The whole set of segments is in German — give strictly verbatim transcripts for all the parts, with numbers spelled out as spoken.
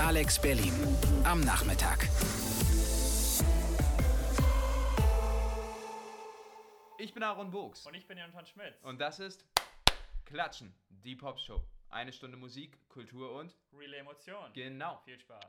Alex Berlin am Nachmittag. Ich bin Aaron Bogs. Und ich bin Jonathan Schmitz. Und das ist Klatschen, die Popshow. Eine Stunde Musik, Kultur und Real Emotion. Genau. Viel Spaß.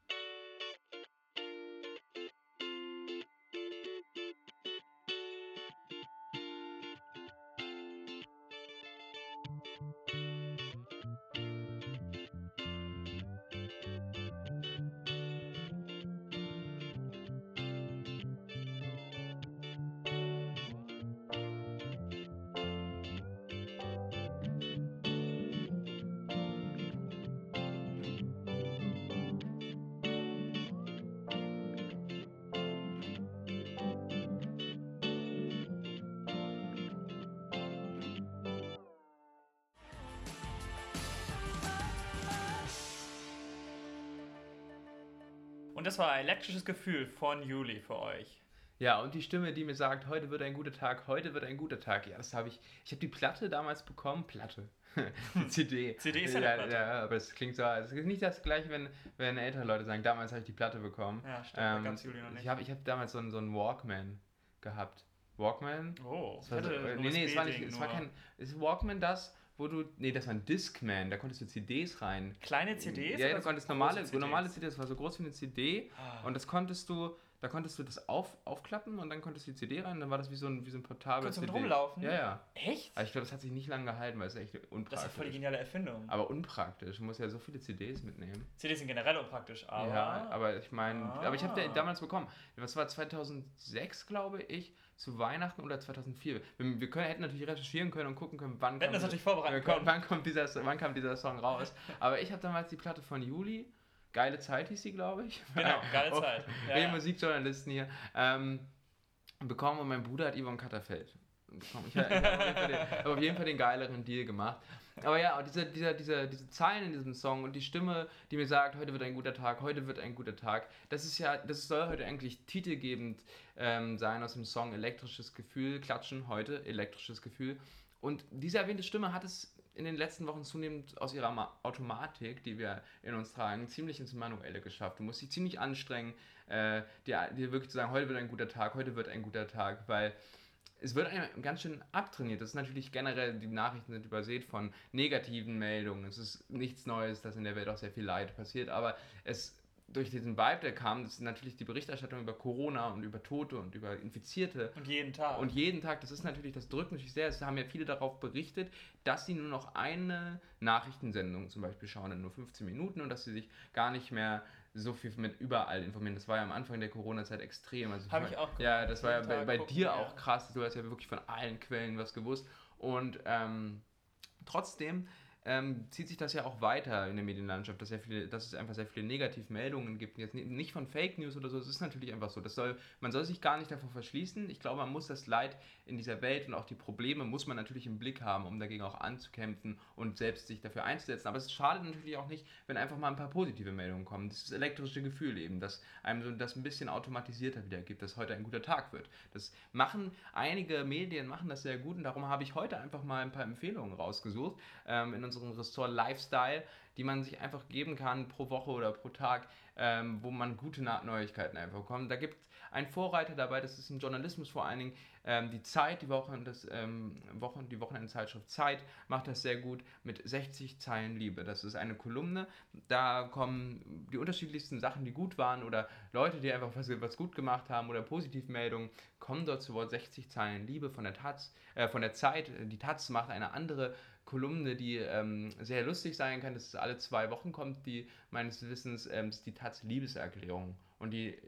Und das war ein elektrisches Gefühl von Juli für euch. Ja, und die Stimme, die mir sagt, heute wird ein guter Tag, heute wird ein guter Tag. Ja, das habe ich. Ich habe die Platte damals bekommen. Platte. Die C D. C D ist ja ja, eine Platte. Ja, aber es klingt so. Es ist nicht das gleiche, wenn, wenn ältere Leute sagen, damals habe ich die Platte bekommen. Ja, stimmt. Ähm, da gab es Juli noch nicht. Ich habe ich hab damals so einen, so einen Walkman gehabt. Walkman? Oh, Das war so, äh, nee, nee, es war nicht. Es war kein. Ist Walkman das, wo du. Nee, das war ein Discman. Da konntest du C Ds rein. Kleine C Ds? Ja, oder du so konntest normale, große C Ds? normale C Ds, das war so groß wie eine C D. Ah. Und das konntest du. Da konntest du das auf, aufklappen und dann konntest du die C D rein und dann war das wie so ein, wie so ein portables Konntest du C D. mit rumlaufen? Ja, ja. Echt? Aber ich glaube, das hat sich nicht lange gehalten, weil es echt unpraktisch. Das ist ja voll die geniale Erfindung. Aber unpraktisch. Du musst ja so viele C Ds mitnehmen. C Ds sind generell unpraktisch, aber... Ja, aber ich meine, Ah. aber ich habe den damals bekommen. Das war zweitausendsechs, glaube ich, zu Weihnachten oder zweitausendvier. Wir, wir können, hätten natürlich recherchieren können und gucken können, wann, Wir hätten kam, das natürlich vorbereiten äh, können. wann, kommt dieser, wann kam dieser Song raus. Aber ich habe damals die Platte von Juli, Geile Zeit hieß sie, glaube ich. Genau, geile Zeit. Ja, Wir ja. Musikjournalisten hier. Ähm, bekommen und mein Bruder hat Yvonne Katterfeld bekommen. Ich habe hab auf jeden Fall den geileren Deal gemacht. Aber ja, diese, dieser, dieser, diese Zeilen in diesem Song und die Stimme, die mir sagt, heute wird ein guter Tag, heute wird ein guter Tag, das ist ja, das soll heute eigentlich titelgebend ähm, sein aus dem Song Elektrisches Gefühl, Klatschen, heute, elektrisches Gefühl. Und diese erwähnte Stimme hat es in den letzten Wochen zunehmend aus ihrer Ma- Automatik, die wir in uns tragen, ziemlich ins Manuelle geschafft. Du musst dich ziemlich anstrengen, äh, dir, dir wirklich zu sagen, heute wird ein guter Tag, heute wird ein guter Tag, weil es wird einem ganz schön abtrainiert. Das ist natürlich generell, die Nachrichten sind übersät von negativen Meldungen. Es ist nichts Neues, dass in der Welt auch sehr viel Leid passiert, aber es durch diesen Vibe, der kam, das ist natürlich die Berichterstattung über Corona und über Tote und über Infizierte. Und jeden Tag. Und jeden Tag, das ist natürlich, das drückt natürlich sehr. Es haben ja viele darauf berichtet, dass sie nur noch eine Nachrichtensendung zum Beispiel schauen in nur fünfzehn Minuten und dass sie sich gar nicht mehr so viel mit überall informieren. Das war ja am Anfang der Corona-Zeit extrem. Also Hab ich ich auch Ja, das war ja jeden bei, Tag bei gucken, dir ja. auch krass. Du hast ja wirklich von allen Quellen was gewusst. Und ähm, trotzdem ähm, zieht sich das ja auch weiter in der Medienlandschaft, dass, sehr viele, dass es einfach sehr viele Negativmeldungen gibt. Jetzt nicht von Fake News oder so, es ist natürlich einfach so. Das soll, man soll sich gar nicht davor verschließen. Ich glaube, man muss das Leid in dieser Welt und auch die Probleme muss man natürlich im Blick haben, um dagegen auch anzukämpfen und selbst sich dafür einzusetzen. Aber es schadet natürlich auch nicht, wenn einfach mal ein paar positive Meldungen kommen. Das ist das elektrische Gefühl eben, dass einem so das ein bisschen automatisierter wieder gibt, dass heute ein guter Tag wird. Das machen einige Medien, machen das sehr gut und darum habe ich heute einfach mal ein paar Empfehlungen rausgesucht ähm, in unserem Ressort Lifestyle, die man sich einfach geben kann pro Woche oder pro Tag, ähm, wo man gute Na- Neuigkeiten einfach bekommt. Da gibt es einen Vorreiter dabei, das ist im Journalismus vor allen Dingen ähm, die Zeit, die Wochen, das, ähm, Wochen, die Wochenendzeitschrift Zeit macht das sehr gut mit sechzig Zeilen Liebe. Das ist eine Kolumne, da kommen die unterschiedlichsten Sachen, die gut waren oder Leute, die einfach was, was gut gemacht haben oder Positivmeldungen, kommen dort zu Wort. Sechzig Zeilen Liebe von der Taz, äh, von der Zeit. Die Taz macht eine andere Kolumne, die ähm, sehr lustig sein kann, dass es alle zwei Wochen kommt, die meines Wissens ähm, ist die Taz Liebeserklärung. Und die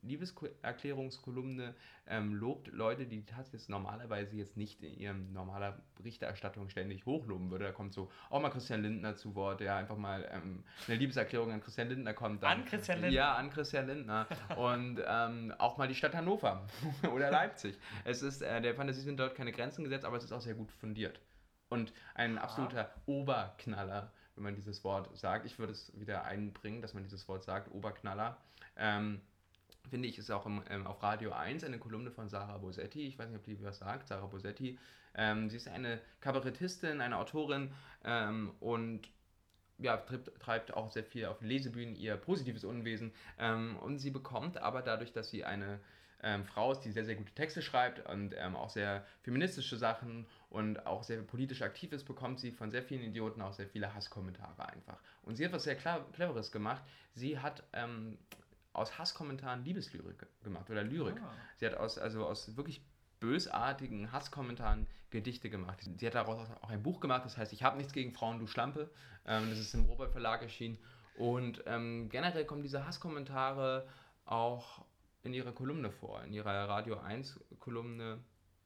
Liebeserklärungskolumne ähm, lobt Leute, die die Taz jetzt normalerweise jetzt nicht in ihrer normaler Berichterstattung ständig hochloben würde. Da kommt so auch mal Christian Lindner zu Wort, der einfach mal ähm, eine Liebeserklärung an Christian Lindner kommt. Dann, An Christian Lindner? Ja, an Christian Lindner. Und ähm, auch mal die Stadt Hannover oder Leipzig. Es ist, äh, der Fantasie sind dort keine Grenzen gesetzt, aber es ist auch sehr gut fundiert. Und ein absoluter Oberknaller, wenn man dieses Wort sagt. Ich würde es wieder einbringen, dass man dieses Wort sagt, Oberknaller. Ähm, finde ich, ist auch im, ähm, auf Radio eins eine Kolumne von Sarah Bosetti. Ich weiß nicht, ob die was sagt. Sarah Bosetti. Ähm, sie ist eine Kabarettistin, eine Autorin ähm, und ja, treibt, treibt auch sehr viel auf Lesebühnen ihr positives Unwesen. Ähm, und sie bekommt aber dadurch, dass sie eine ähm, Frau ist, die sehr, sehr gute Texte schreibt und ähm, auch sehr feministische Sachen und auch sehr politisch aktiv ist, bekommt sie von sehr vielen Idioten auch sehr viele Hasskommentare einfach. Und sie hat was sehr Cleveres gemacht. Sie hat ähm, aus Hasskommentaren Liebeslyrik gemacht oder Lyrik. Ah. Sie hat aus, also aus wirklich bösartigen Hasskommentaren Gedichte gemacht. Sie hat daraus auch ein Buch gemacht, das heißt, ich habe nichts gegen Frauen, du Schlampe. Ähm, das ist im Robert Verlag erschienen. Und ähm, generell kommen diese Hasskommentare auch in ihrer Kolumne vor, in ihrer Radio eins Kolumne.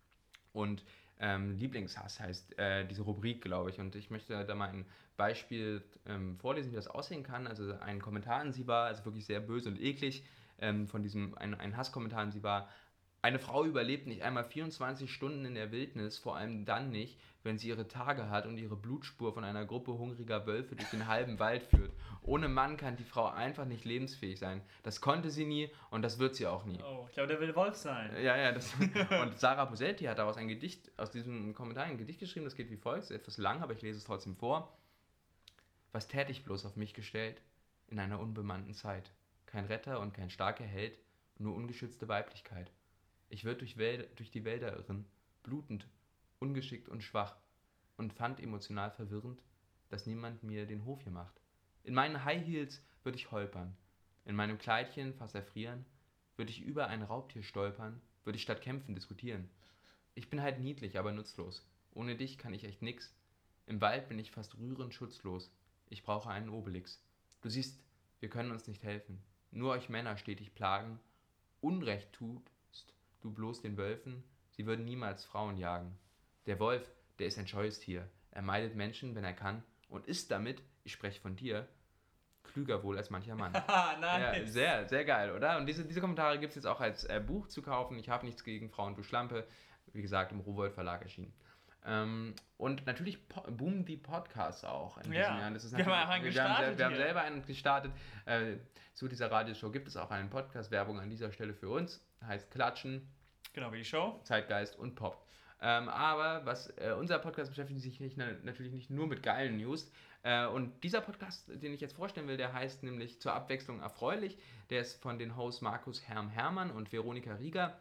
Und ähm, Lieblingshass heißt äh, diese Rubrik, glaube ich. Und ich möchte da mal ein Beispiel ähm, vorlesen, wie das aussehen kann. Also ein Kommentar an sie war, also wirklich sehr böse und eklig, ähm, von diesem, ein, ein Hasskommentar an sie war: Eine Frau überlebt nicht einmal vierundzwanzig Stunden in der Wildnis, vor allem dann nicht, wenn sie ihre Tage hat und ihre Blutspur von einer Gruppe hungriger Wölfe durch den halben Wald führt. Ohne Mann kann die Frau einfach nicht lebensfähig sein. Das konnte sie nie und das wird sie auch nie. Oh, ich glaube, der will Wolf sein. Ja, ja. Das, und Sarah Bosetti hat daraus ein Gedicht, aus diesem Kommentar ein Gedicht geschrieben, das geht wie folgt, ist etwas lang, aber ich lese es trotzdem vor. Was tät ich bloß auf mich gestellt in einer unbemannten Zeit? Kein Retter und kein starker Held, nur ungeschützte Weiblichkeit. Ich würde durch, durch die Wälder irren, blutend, ungeschickt und schwach, und fand emotional verwirrend, dass niemand mir den Hof hier macht. In meinen High Heels würde ich holpern, in meinem Kleidchen fast erfrieren, würde ich über ein Raubtier stolpern, würde ich statt kämpfen diskutieren. Ich bin halt niedlich, aber nutzlos. Ohne dich kann ich echt nix. Im Wald bin ich fast rührend schutzlos. Ich brauche einen Obelix. Du siehst, wir können uns nicht helfen. Nur euch Männer stetig plagen. Unrecht tut du bloß den Wölfen, sie würden niemals Frauen jagen. Der Wolf, der ist ein scheues Tier. Er meidet Menschen, wenn er kann, und ist damit, ich spreche von dir, klüger wohl als mancher Mann. Nice. Ja, sehr, sehr geil, oder? Und diese, diese Kommentare gibt es jetzt auch als äh, Buch zu kaufen. Ich habe nichts gegen Frauen, du Schlampe. Wie gesagt, im Rowohlt Verlag erschienen. Ähm, und natürlich po- boomen die Podcasts auch in ja. diesem Jahr. Das ist wir haben, einen wir, haben sel- wir haben hier. selber einen gestartet. Äh, zu dieser Radioshow gibt es auch einen Podcast, Werbung an dieser Stelle für uns. Heißt Klatschen. Genau, wie die Show. Zeitgeist und Pop. Ähm, aber was äh, unser Podcast beschäftigt sich nicht, na, natürlich nicht nur mit geilen News. Äh, und dieser Podcast, den ich jetzt vorstellen will, der heißt nämlich Zur Abwechslung erfreulich. Der ist von den Hosts Markus Herm-Hermann und Veronika Rieger.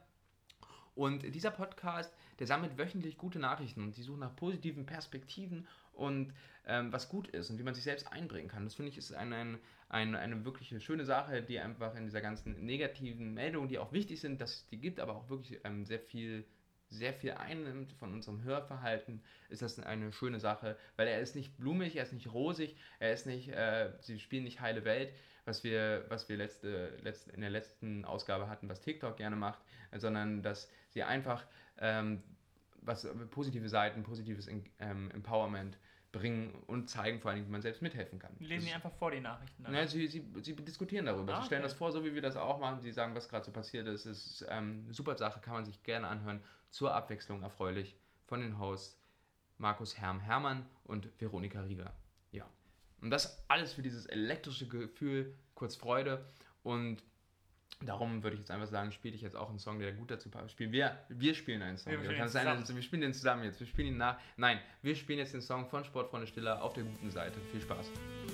Und dieser Podcast, der sammelt wöchentlich gute Nachrichten und die suchen nach positiven Perspektiven und ähm, was gut ist und wie man sich selbst einbringen kann. Das finde ich ist eine, eine, eine, eine wirklich schöne Sache, die einfach in dieser ganzen negativen Meldungen, die auch wichtig sind, dass es die gibt, aber auch wirklich ähm, sehr viel sehr viel einnimmt von unserem Hörverhalten, ist das eine schöne Sache, weil er ist nicht blumig, er ist nicht rosig, er ist nicht, äh, sie spielen nicht heile Welt, was wir, was wir letzte, letzte, in der letzten Ausgabe hatten, was TikTok gerne macht, sondern dass sie einfach ähm, was positive Seiten, positives ähm, Empowerment bringen und zeigen vor allem, wie man selbst mithelfen kann. Lesen die einfach vor die Nachrichten an? Ja, sie, sie, sie diskutieren darüber. Ah, sie stellen okay. das vor, so wie wir das auch machen. Sie sagen, was gerade so passiert ist. Es ist ähm, eine super Sache, kann man sich gerne anhören. Zur Abwechslung erfreulich von den Hosts Markus Herm-Hermann und Veronika Rieger. Ja. Und das alles für dieses elektrische Gefühl, kurz Freude. Und darum würde ich jetzt einfach sagen, spiele ich jetzt auch einen Song, der gut dazu passt. Spielen wir, wir spielen einen Song. Wir, spielen Kann es sein, also wir spielen den zusammen jetzt. Wir spielen ihn nach. Nein, wir spielen jetzt den Song von Sportfreunde Stiller auf der guten Seite. Viel Spaß.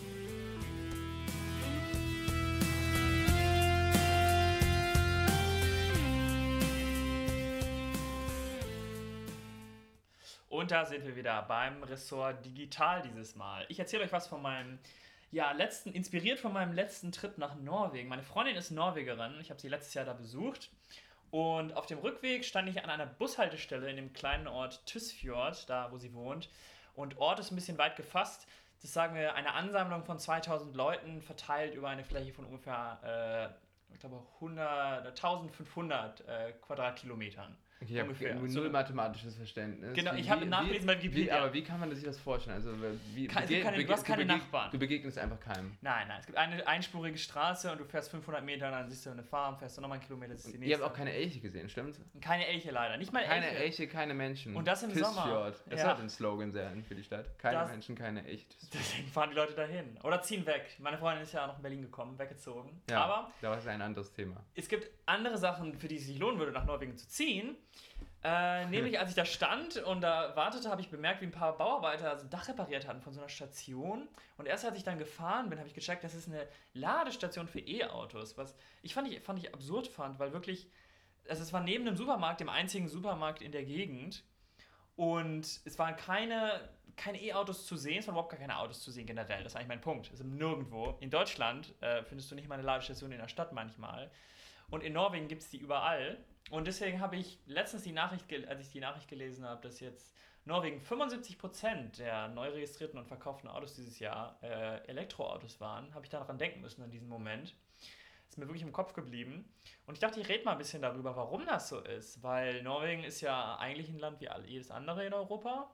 Und da sind wir wieder beim Ressort Digital dieses Mal. Ich erzähle euch was von meinem, ja, letzten, inspiriert von meinem letzten Trip nach Norwegen. Meine Freundin ist Norwegerin, ich habe sie letztes Jahr da besucht. Und auf dem Rückweg stand ich an einer Bushaltestelle in dem kleinen Ort Tysfjord, da wo sie wohnt. Und Ort ist ein bisschen weit gefasst. Das sagen wir, eine Ansammlung von zweitausend Leuten, verteilt über eine Fläche von ungefähr, äh, ich glaube, hundert, eintausendfünfhundert äh, Quadratkilometern. Okay, ich habe null so, mathematisches Verständnis. Genau, wie, ich habe nachgelesen bei Wikipedia. Wie, aber wie kann man sich das vorstellen? Also, wie, Kann, bege- keine, bege- du hast keine du bege- Nachbarn. Du begegnest einfach keinem. Nein, nein, es gibt eine einspurige Straße und du fährst fünfhundert Meter, dann siehst du eine Farm, fährst du nochmal einen Kilometer, das ist die nächste. Ihr habt auch keine Elche gesehen, stimmt's? Keine Elche leider, nicht mal Elche. Keine Elche, keine Menschen. Und das im Sommer. Das ja. hat ein Slogan sein für die Stadt. Keine das, Menschen, keine Elche. Deswegen fahren die Leute dahin. Oder ziehen weg. Meine Freundin ist ja auch noch in Berlin gekommen, weggezogen. Ja, aber da war es ein anderes Thema. Es gibt andere Sachen, für die es sich lohnen würde, nach Norwegen zu ziehen. Äh, nämlich als ich da stand und da wartete, habe ich bemerkt, wie ein paar Bauarbeiter so ein Dach repariert hatten von so einer Station. Und erst als ich dann gefahren bin, habe ich gecheckt, das ist eine Ladestation für E-Autos. Was ich fand, ich fand ich absurd fand, weil wirklich, also es war neben einem Supermarkt, dem einzigen Supermarkt in der Gegend. Und es waren keine, keine E-Autos zu sehen, es waren überhaupt gar keine Autos zu sehen generell. Das ist eigentlich mein Punkt. Es ist nirgendwo. In Deutschland äh, findest du nicht mal eine Ladestation in der Stadt manchmal. Und in Norwegen gibt es die überall. Und deswegen habe ich letztens die Nachricht, gel- als ich die Nachricht gelesen habe, dass jetzt Norwegen fünfundsiebzig Prozent der neu registrierten und verkauften Autos dieses Jahr äh, Elektroautos waren, habe ich daran denken müssen in diesem Moment. Ist mir wirklich im Kopf geblieben. Und ich dachte, ich rede mal ein bisschen darüber, warum das so ist. Weil Norwegen ist ja eigentlich ein Land wie all- jedes andere in Europa.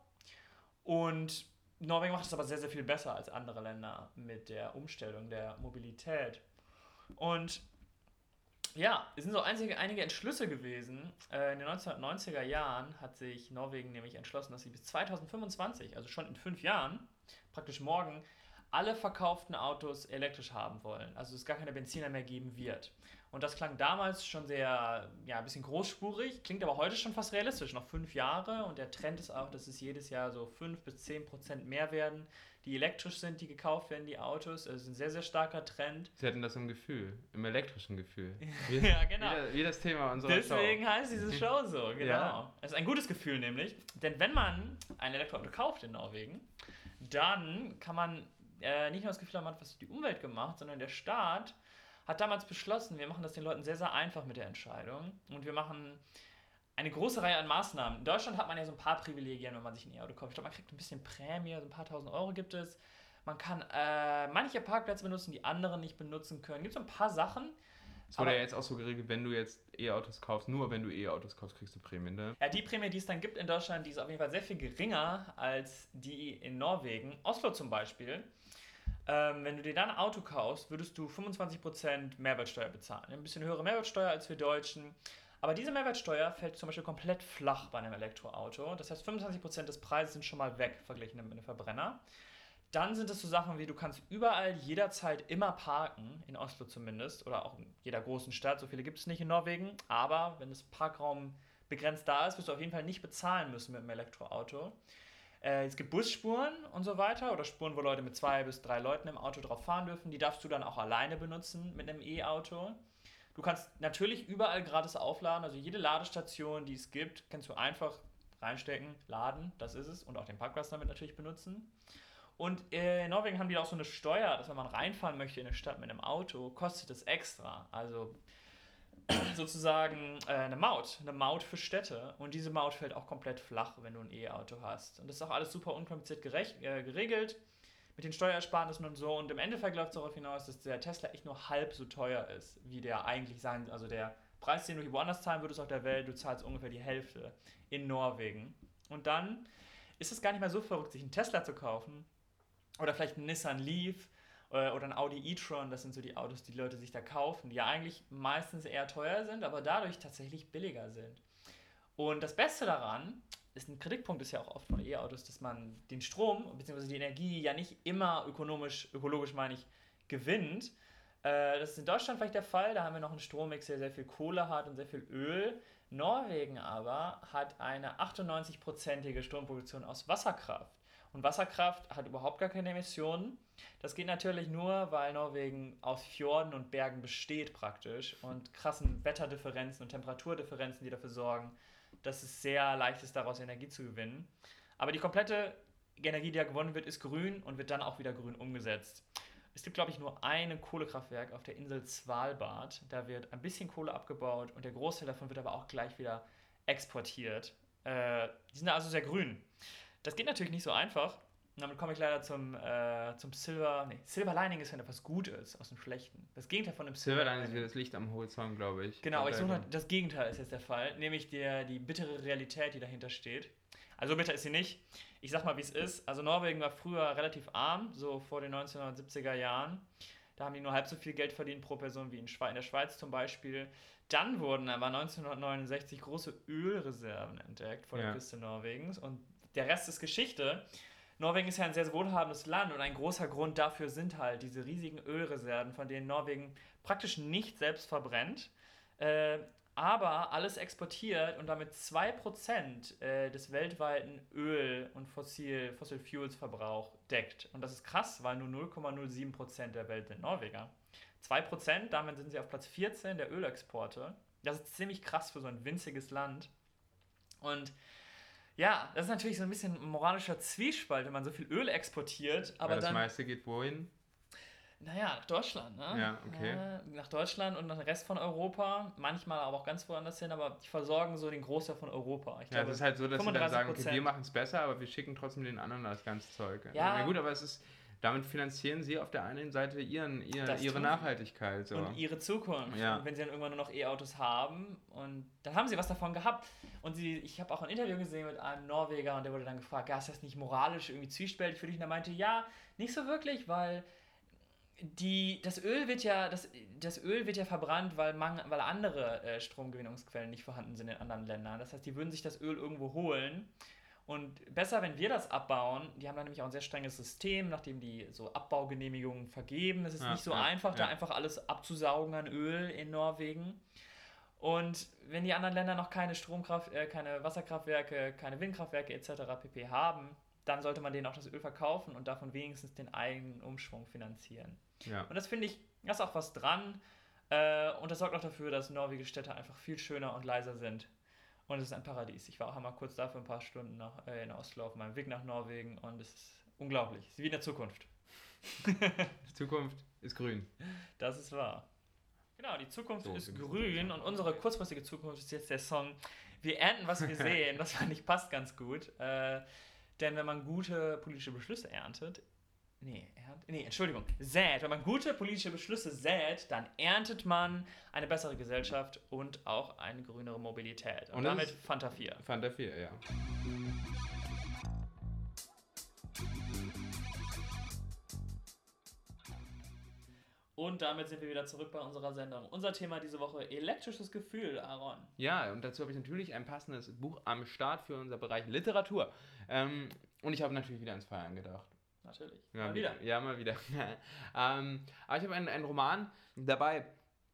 Und Norwegen macht es aber sehr, sehr viel besser als andere Länder mit der Umstellung der Mobilität. Und ja, es sind so einzige, einige Entschlüsse gewesen. Äh, in den neunzehnhundertneunziger Jahren hat sich Norwegen nämlich entschlossen, dass sie bis zweitausendfünfundzwanzig, also schon in fünf Jahren, praktisch morgen, alle verkauften Autos elektrisch haben wollen. Also es gar keine Benziner mehr geben wird. Und das klang damals schon sehr, ja, ein bisschen großspurig, klingt aber heute schon fast realistisch. Noch fünf Jahre und der Trend ist auch, dass es jedes Jahr so fünf bis zehn Prozent mehr werden, die elektrisch sind, die gekauft werden, die Autos. Also es ist ein sehr, sehr starker Trend. Sie hatten das im Gefühl, im elektrischen Gefühl. Wie, ja, genau. Wie, das, wie das Thema unserer Deswegen Show. heißt diese Show so, genau. Ja. Es ist ein gutes Gefühl nämlich, denn wenn man ein Elektroauto kauft in Norwegen, dann kann man äh, nicht nur das Gefühl haben, man hat was für die Umwelt gemacht, sondern der Staat hat damals beschlossen, wir machen das den Leuten sehr, sehr einfach mit der Entscheidung und wir machen eine große Reihe an Maßnahmen. In Deutschland hat man ja so ein paar Privilegien, wenn man sich ein E-Auto kauft. Ich glaube, man kriegt ein bisschen Prämie, so ein paar tausend Euro gibt es. Man kann äh, manche Parkplätze benutzen, die andere nicht benutzen können. Gibt so ein paar Sachen. Es wurde ja jetzt auch so geregelt, wenn du jetzt E-Autos kaufst, nur wenn du E-Autos kaufst, kriegst du Prämien, ne? Ja, die Prämie, die es dann gibt in Deutschland, die ist auf jeden Fall sehr viel geringer als die in Norwegen. Oslo zum Beispiel. Ähm, wenn du dir dann ein Auto kaufst, würdest du fünfundzwanzig Prozent Mehrwertsteuer bezahlen. Ein bisschen höhere Mehrwertsteuer als wir Deutschen. Aber diese Mehrwertsteuer fällt zum Beispiel komplett flach bei einem Elektroauto. Das heißt, fünfundzwanzig Prozent des Preises sind schon mal weg, verglichen mit einem Verbrenner. Dann sind es so Sachen wie, du kannst überall jederzeit immer parken, in Oslo zumindest, oder auch in jeder großen Stadt. So viele gibt es nicht in Norwegen. Aber wenn das Parkraum begrenzt da ist, wirst du auf jeden Fall nicht bezahlen müssen mit einem Elektroauto. Äh, es gibt Busspuren und so weiter oder Spuren, wo Leute mit zwei bis drei Leuten im Auto drauf fahren dürfen. Die darfst du dann auch alleine benutzen mit einem E-Auto. Du kannst natürlich überall gratis aufladen, also jede Ladestation, die es gibt, kannst du einfach reinstecken, laden, das ist es, und auch den Parkplatz damit natürlich benutzen. Und in Norwegen haben die auch so eine Steuer, dass wenn man reinfahren möchte in eine Stadt mit einem Auto, kostet es extra. Also sozusagen äh, eine Maut, eine Maut für Städte. Und diese Maut fällt auch komplett flach, wenn du ein E-Auto hast. Und das ist auch alles super unkompliziert gerecht, äh, geregelt. Mit den Steuersparnissen und so. Und im Endeffekt läuft es darauf hinaus, dass der Tesla echt nur halb so teuer ist, wie der eigentlich sein, also der Preis, den du hier woanders zahlen würdest auf der Welt, du zahlst ungefähr die Hälfte in Norwegen. Und dann ist es gar nicht mehr so verrückt, sich einen Tesla zu kaufen oder vielleicht einen Nissan Leaf oder ein Audi e-tron, das sind so die Autos, die die Leute sich da kaufen, die ja eigentlich meistens eher teuer sind, aber dadurch tatsächlich billiger sind. Und das Beste daran, ist ein Kritikpunkt ist ja auch oft von E-Autos, dass man den Strom bzw. die Energie ja nicht immer ökonomisch, ökologisch meine ich, gewinnt. Äh, das ist in Deutschland vielleicht der Fall, da haben wir noch einen Strommix, der sehr viel Kohle hat und sehr viel Öl. Norwegen aber hat eine achtundneunzig-prozentige Stromproduktion aus Wasserkraft. Und Wasserkraft hat überhaupt gar keine Emissionen. Das geht natürlich nur, weil Norwegen aus Fjorden und Bergen besteht praktisch und krassen Wetterdifferenzen und Temperaturdifferenzen, die dafür sorgen, dass es sehr leicht ist, daraus Energie zu gewinnen. Aber die komplette Energie, die da gewonnen wird, ist grün und wird dann auch wieder grün umgesetzt. Es gibt, glaube ich, nur ein Kohlekraftwerk auf der Insel Svalbard. Da wird ein bisschen Kohle abgebaut und der Großteil davon wird aber auch gleich wieder exportiert. Äh, die sind also sehr grün. Das geht natürlich nicht so einfach. Und damit komme ich leider zum, äh, zum Silver... Nee, Silver Lining ist, wenn etwas gut ist, aus dem Schlechten. Das Gegenteil von dem Silver, Silver Lining ist wieder das Licht am Horizont, glaube ich. Genau, aber ich suche noch, das Gegenteil ist jetzt der Fall. Nämlich der, die bittere Realität, die dahinter steht. Also bitter ist sie nicht. Ich sag mal, wie es ist. Also Norwegen war früher relativ arm, so vor den neunzehnhundertsiebziger Jahren. Da haben die nur halb so viel Geld verdient pro Person wie in, Schwe- in der Schweiz zum Beispiel. Dann wurden aber neunzehnhundertneunundsechzig große Ölreserven entdeckt vor der Ja. Küste Norwegens. Und der Rest ist Geschichte. Norwegen ist ja ein sehr wohlhabendes Land und ein großer Grund dafür sind halt diese riesigen Ölreserven, von denen Norwegen praktisch nicht selbst verbrennt. Äh, aber alles exportiert und damit zwei Prozent äh, des weltweiten Öl- und Fossil, Fossil Fuels-Verbrauch deckt. Und das ist krass, weil nur null Komma null sieben Prozent der Welt sind Norweger. zwei Prozent, damit sind sie auf Platz vierzehn der Ölexporte. Das ist ziemlich krass für so ein winziges Land. Und ja, das ist natürlich so ein bisschen ein moralischer Zwiespalt, wenn man so viel Öl exportiert. Aber Weil das dann, meiste geht wohin? naja, nach Deutschland, ne? Ja, okay. Äh, nach Deutschland und nach dem Rest von Europa. Manchmal aber auch ganz woanders hin, aber die versorgen so den Großteil von Europa. Ich Ja, glaube, es ist halt so, dass sie dann fünfunddreißig sagen, okay, Prozent. wir machen es besser, aber wir schicken trotzdem den anderen das ganze Zeug. Ja. Na gut, aber es ist, damit finanzieren sie auf der einen Seite ihren, ihr, Das ihre tun sie. Nachhaltigkeit. So. Und ihre Zukunft. Ja. Und wenn sie dann irgendwann nur noch E-Autos haben und dann haben sie was davon gehabt. Und sie, ich habe auch ein Interview gesehen mit einem Norweger und der wurde dann gefragt, ja, ist das nicht moralisch irgendwie zwiespältig für dich? Und er meinte, ja, nicht so wirklich, weil die, das Öl wird ja, das, das Öl wird ja verbrannt, weil, man, weil andere äh, Stromgewinnungsquellen nicht vorhanden sind in anderen Ländern. Das heißt, die würden sich das Öl irgendwo holen. Und besser, wenn wir das abbauen, die haben da nämlich auch ein sehr strenges System, nachdem die so Abbaugenehmigungen vergeben. Es ist Ja, nicht so ja, einfach, da ja. einfach alles abzusaugen an Öl in Norwegen. Und wenn die anderen Länder noch keine Stromkraft, äh, keine Wasserkraftwerke, keine Windkraftwerke et cetera pp. Haben, dann sollte man denen auch das Öl verkaufen und davon wenigstens den eigenen Umschwung finanzieren. Ja. Und das finde ich, da ist auch was dran. Äh, und das sorgt auch dafür, dass norwegische Städte einfach viel schöner und leiser sind. Und es ist ein Paradies. Ich war auch einmal kurz da für ein paar Stunden nach, äh, in Oslo auf meinem Weg nach Norwegen und es ist unglaublich. Es ist wie in der Zukunft. Die Zukunft ist grün. Das ist wahr. Genau, die Zukunft So, ist wir müssen grün das und unsere kurzfristige Zukunft ist jetzt der Song Wir ernten, was wir sehen. Das fand ich passt ganz gut. Äh, denn wenn man gute politische Beschlüsse erntet, Nee, ernt, nee, Entschuldigung, sät. Wenn man gute politische Beschlüsse sät, dann erntet man eine bessere Gesellschaft und auch eine grünere Mobilität. Und, Und damit das ist- Fanta vier. Fanta vier, ja. Und damit sind wir wieder zurück bei unserer Sendung. Unser Thema diese Woche, elektrisches Gefühl, Aaron. Ja, und dazu habe ich natürlich ein passendes Buch am Start für unser Bereich Literatur. Ähm, und ich habe natürlich wieder ans Feiern gedacht. Natürlich. Ja, Mal wieder. Ja, mal wieder. ähm, aber ich habe einen, einen Roman dabei.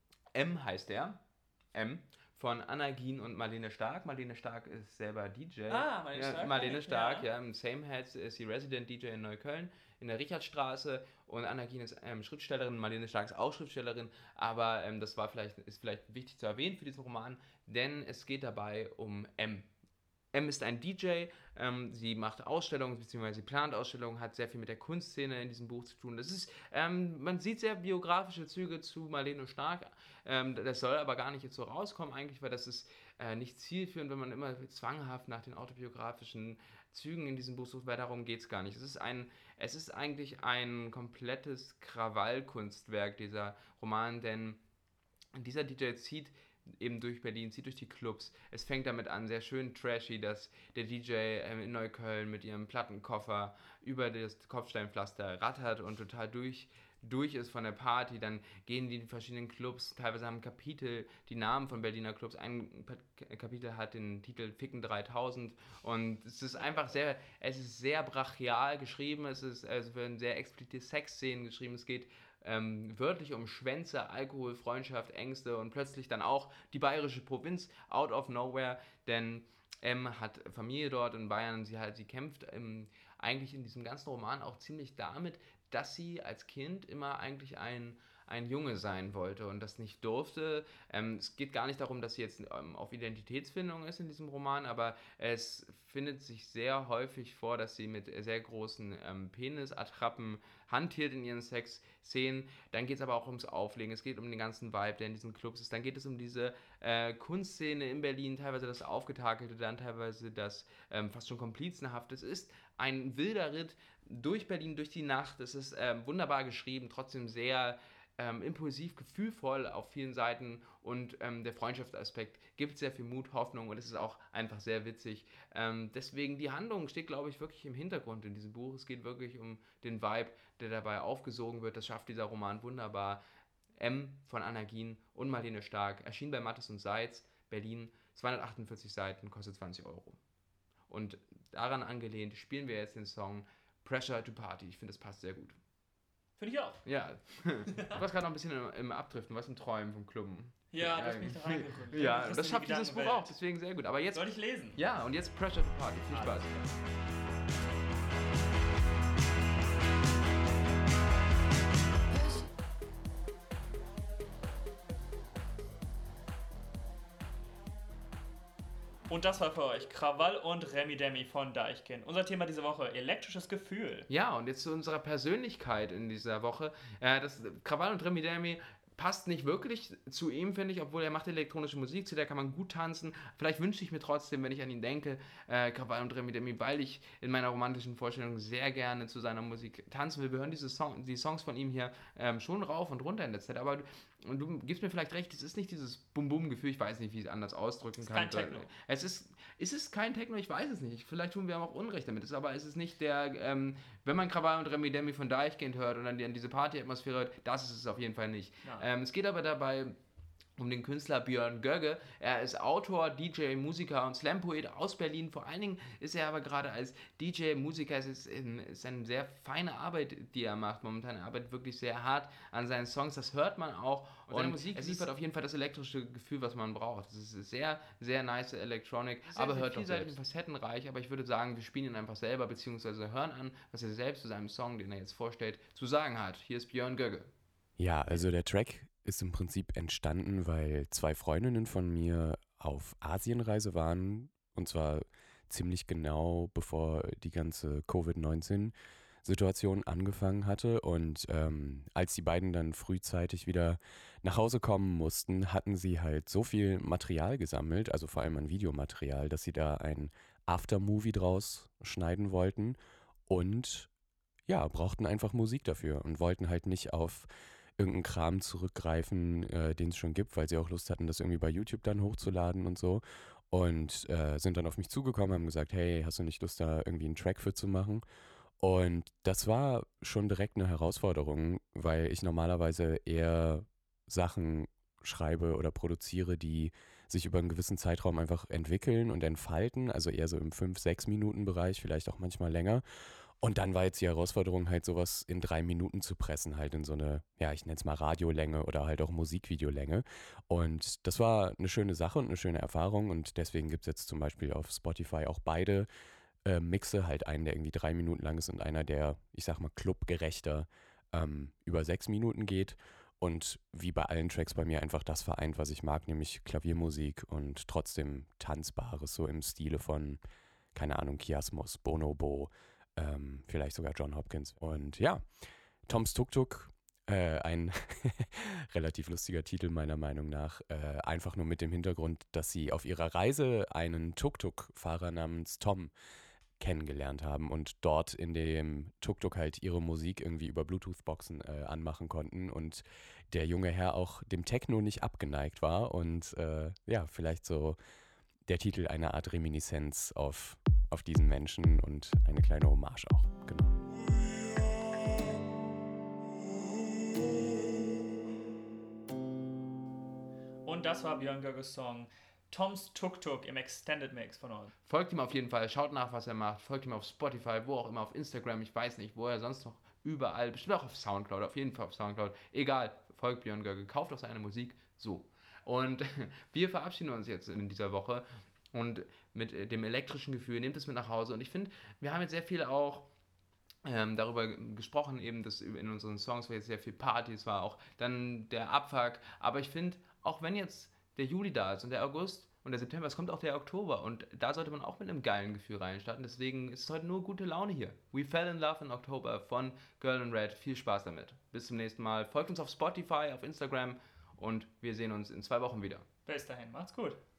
M heißt der. M. Von Anna Gien und Marlene Stark. Marlene Stark ist selber D J. Ah, Marlene ja, Stark, Marlene ja. Stark, ja. Im Sameheads ist sie Resident D J in Neukölln in der Richardstraße. Und Anna Gien ist ähm, Schriftstellerin. Marlene Stark ist auch Schriftstellerin. Aber ähm, das war vielleicht, ist vielleicht wichtig zu erwähnen für diesen Roman, denn es geht dabei um M. M ist ein D J, ähm, sie macht Ausstellungen, beziehungsweise sie plant Ausstellungen, hat sehr viel mit der Kunstszene in diesem Buch zu tun. Das ist, ähm, man sieht sehr biografische Züge zu Marlene Stark, ähm, das soll aber gar nicht jetzt so rauskommen eigentlich, weil das ist äh, nicht zielführend, wenn man immer zwanghaft nach den autobiografischen Zügen in diesem Buch sucht, weil darum geht es gar nicht. Es ist, ein, es ist eigentlich ein komplettes Krawallkunstwerk, dieser Roman, denn dieser D J zieht eben durch Berlin, zieht durch die Clubs. Es fängt damit an, sehr schön trashy, dass der D J ähm, in Neukölln mit ihrem Plattenkoffer über das Kopfsteinpflaster rattert und total durch, durch ist von der Party. Dann gehen die in die verschiedenen Clubs, teilweise haben Kapitel die Namen von Berliner Clubs. Ein Kapitel hat den Titel Ficken dreitausend und es ist einfach sehr, es ist sehr brachial geschrieben, es ist, es werden sehr explizite Sexszenen geschrieben, es geht Ähm, wörtlich um Schwänze, Alkohol, Freundschaft, Ängste und plötzlich dann auch die bayerische Provinz out of nowhere, denn M hat Familie dort in Bayern und sie, halt, sie kämpft ähm, eigentlich in diesem ganzen Roman auch ziemlich damit, dass sie als Kind immer eigentlich ein, ein Junge sein wollte und das nicht durfte. Ähm, es geht gar nicht darum, dass sie jetzt ähm, auf Identitätsfindung ist in diesem Roman, aber es findet sich sehr häufig vor, dass sie mit sehr großen ähm, Penisattrappen hantiert in ihren Sexszenen. Dann geht es aber auch ums Auflegen, es geht um den ganzen Vibe, der in diesen Clubs ist. Dann geht es um diese äh, Kunstszene in Berlin, teilweise das Aufgetakelte, dann teilweise das ähm, fast schon Komplizenhafte. Es ist ein wilder Ritt durch Berlin, durch die Nacht. Es ist ähm, wunderbar geschrieben, trotzdem sehr ähm, impulsiv, gefühlvoll auf vielen Seiten und ähm, der Freundschaftsaspekt gibt sehr viel Mut, Hoffnung und es ist auch einfach sehr witzig. Ähm, deswegen, die Handlung steht, glaube ich, wirklich im Hintergrund in diesem Buch. Es geht wirklich um den Vibe, der dabei aufgesogen wird. Das schafft dieser Roman wunderbar. M von Anna Gien und Marlene Stark, erschien bei Mattes und Seitz, Berlin, zweihundertachtundvierzig Seiten, kostet zwanzig Euro. Und daran angelehnt spielen wir jetzt den Song Pressure to Party. Ich finde, das passt sehr gut. Finde ich auch. Ja. Du warst gerade noch ein bisschen im, im Abdriften, was im Träumen vom Klubben. Ja, das bin ich da reingerückt. Ja, das schafft dieses Buch auch, deswegen sehr gut. Aber jetzt, soll ich lesen? Ja, und jetzt Pressure to Party. Viel Spaß. Und das war für euch Krawall und Remi Demi von Deichkind. Unser Thema diese Woche, elektrisches Gefühl. Ja, und jetzt zu unserer Persönlichkeit in dieser Woche. Äh, das Krawall und Remi Demi passt nicht wirklich zu ihm, finde ich, obwohl er macht elektronische Musik, zu der kann man gut tanzen. Vielleicht wünsche ich mir trotzdem, wenn ich an ihn denke, äh, Krawall und Remi Demi, weil ich in meiner romantischen Vorstellung sehr gerne zu seiner Musik tanzen will. Wir hören diese Song, die Songs von ihm hier ähm, schon rauf und runter in der Zeit, aber du, und du gibst mir vielleicht recht, es ist nicht dieses Bum-Bum-Gefühl, ich weiß nicht, wie ich es anders ausdrücken kann. Es ist kein Techno. Es ist, ist es kein Techno, ich weiß es nicht. Vielleicht tun wir auch Unrecht damit, aber es ist nicht der, ähm, wenn man Krawall und Remi Demi von Deichkind hört und dann die, diese Party-Atmosphäre hört, das ist es auf jeden Fall nicht. Ja. Ähm, es geht aber dabei um den Künstler Björn Gögge. Er ist Autor, D J, Musiker und Slam-Poet aus Berlin. Vor allen Dingen ist er aber gerade als D J, Musiker, es ist, ist eine sehr feine Arbeit, die er macht. Momentan er arbeitet wirklich sehr hart an seinen Songs, das hört man auch. Und, und seine Musik es liefert auf jeden Fall das elektrische Gefühl, was man braucht. Es ist sehr, sehr nice Electronic, sehr aber hört vielseitig und facettenreich. Aber ich würde sagen, wir spielen ihn einfach selber, beziehungsweise hören an, was er selbst zu seinem Song, den er jetzt vorstellt, zu sagen hat. Hier ist Björn Gögge. Ja, also der Track ist im Prinzip entstanden, weil zwei Freundinnen von mir auf Asienreise waren, und zwar ziemlich genau bevor die ganze Covid neunzehn Situation angefangen hatte, und ähm, als die beiden dann frühzeitig wieder nach Hause kommen mussten, hatten sie halt so viel Material gesammelt, also vor allem an Videomaterial, dass sie da ein Aftermovie draus schneiden wollten und ja, brauchten einfach Musik dafür und wollten halt nicht auf irgendeinen Kram zurückgreifen, äh, den es schon gibt, weil sie auch Lust hatten, das irgendwie bei YouTube dann hochzuladen und so. Und äh, sind dann auf mich zugekommen, haben gesagt, hey, hast du nicht Lust, da irgendwie einen Track für zu machen? Und das war schon direkt eine Herausforderung, weil ich normalerweise eher Sachen schreibe oder produziere, die sich über einen gewissen Zeitraum einfach entwickeln und entfalten, also eher so im fünf, sechs Minuten Bereich, vielleicht auch manchmal länger. Und dann war jetzt die Herausforderung, halt sowas in drei Minuten zu pressen, halt in so eine, ja, ich nenne es mal Radiolänge oder halt auch Musikvideolänge. Und das war eine schöne Sache und eine schöne Erfahrung, und deswegen gibt es jetzt zum Beispiel auf Spotify auch beide äh, Mixe, halt einen, der irgendwie drei Minuten lang ist und einer, der, ich sag mal, clubgerechter ähm, über sechs Minuten geht. Und wie bei allen Tracks bei mir einfach das vereint, was ich mag, nämlich Klaviermusik und trotzdem Tanzbares, so im Stile von, keine Ahnung, Kiasmus, Bonobo, Ähm, vielleicht sogar John Hopkins. Und ja, Toms Tuk-Tuk, äh, ein relativ lustiger Titel meiner Meinung nach, äh, einfach nur mit dem Hintergrund, dass sie auf ihrer Reise einen Tuk-Tuk-Fahrer namens Tom kennengelernt haben und dort in dem Tuk-Tuk halt ihre Musik irgendwie über Bluetooth-Boxen äh, anmachen konnten und der junge Herr auch dem Techno nicht abgeneigt war und äh, ja, vielleicht so der Titel eine Art Reminiszenz auf auf diesen Menschen und eine kleine Hommage auch, genau. Und das war Björn Gögges Song Toms Tuk-Tuk im Extended Mix von uns. Folgt ihm auf jeden Fall, schaut nach, was er macht, folgt ihm auf Spotify, wo auch immer, auf Instagram, ich weiß nicht, wo er sonst noch überall, bestimmt auch auf Soundcloud, auf jeden Fall auf Soundcloud, egal, folgt Björn Gögge, kauft auch seine Musik, so. Und wir verabschieden uns jetzt in dieser Woche und mit dem elektrischen Gefühl, nehmt es mit nach Hause. Und ich finde, wir haben jetzt sehr viel auch ähm, darüber gesprochen, eben, dass in unseren Songs war jetzt sehr viel Party, es war auch dann der Abfuck. Aber ich finde, auch wenn jetzt der Juli da ist und der August und der September, es kommt auch der Oktober. Und da sollte man auch mit einem geilen Gefühl reinstarten. Deswegen ist es heute nur gute Laune hier. We Fell in Love in October von Girl in Red. Viel Spaß damit. Bis zum nächsten Mal. Folgt uns auf Spotify, auf Instagram und wir sehen uns in zwei Wochen wieder. Bis dahin, macht's gut.